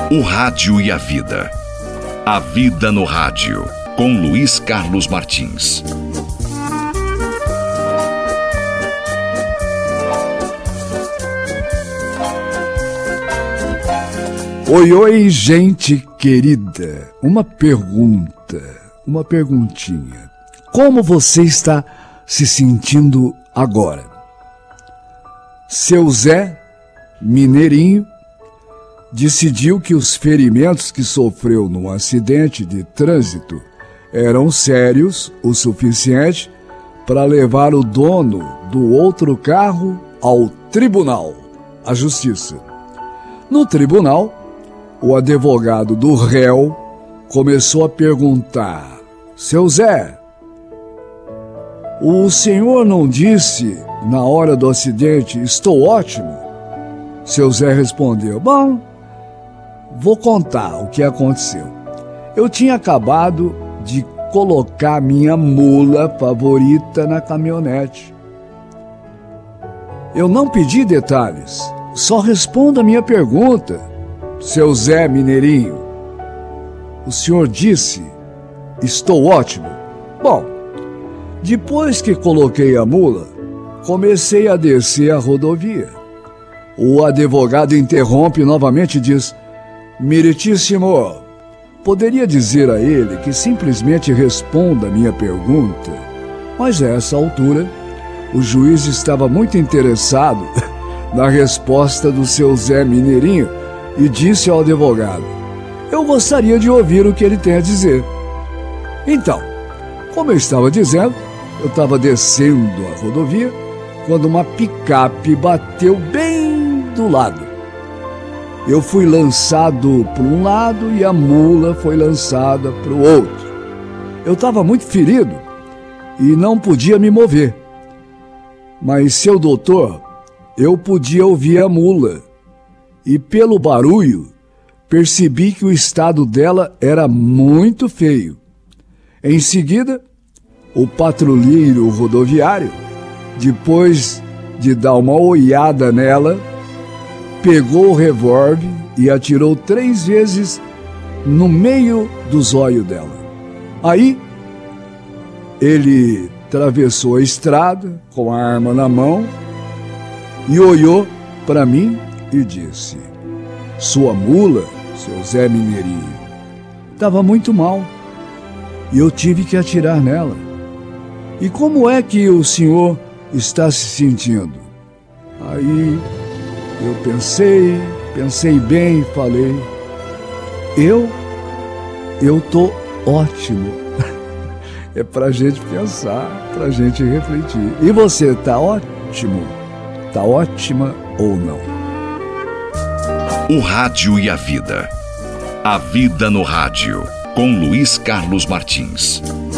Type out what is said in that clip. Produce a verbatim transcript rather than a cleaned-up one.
O rádio e a vida. A vida no rádio, com Luiz Carlos Martins. Oi, oi, gente querida. Uma pergunta, uma perguntinha. Como você está se sentindo agora? Seu Zé, mineirinho, decidiu que os ferimentos que sofreu num acidente de trânsito eram sérios o suficiente para levar o dono do outro carro ao tribunal, à justiça. No tribunal, o advogado do réu começou a perguntar: Seu Zé, o senhor não disse na hora do acidente, estou ótimo? Seu Zé respondeu: Bom, vou contar o que aconteceu. Eu tinha acabado de colocar minha mula favorita na caminhonete. Eu não pedi detalhes, só responda a minha pergunta, seu Zé Mineirinho. O senhor disse, estou ótimo. Bom, depois que coloquei a mula, comecei a descer a rodovia. O advogado interrompe novamente e diz: Meritíssimo, poderia dizer a ele que simplesmente responda a minha pergunta? Mas a essa altura, o juiz estava muito interessado na resposta do seu Zé Mineirinho e disse ao advogado: eu gostaria de ouvir o que ele tem a dizer. Então, como eu estava dizendo, eu estava descendo a rodovia quando uma picape bateu bem do lado. Eu fui lançado para um lado e a mula foi lançada para o outro. Eu estava muito ferido e não podia me mover. Mas, seu doutor, eu podia ouvir a mula. E pelo barulho, percebi que o estado dela era muito feio. Em seguida, o patrulheiro rodoviário, depois de dar uma olhada nela, pegou o revólver e atirou três vezes no meio do zóio dela. Aí, ele atravessou a estrada com a arma na mão e olhou para mim e disse: sua mula, seu Zé Mineirinho, estava muito mal e eu tive que atirar nela. E como é que o senhor está se sentindo? Aí eu pensei, pensei bem e falei: eu, eu tô ótimo. É pra gente pensar, pra gente refletir. E você, tá ótimo? Tá ótima ou não? O rádio e a vida. A vida no rádio, com Luiz Carlos Martins.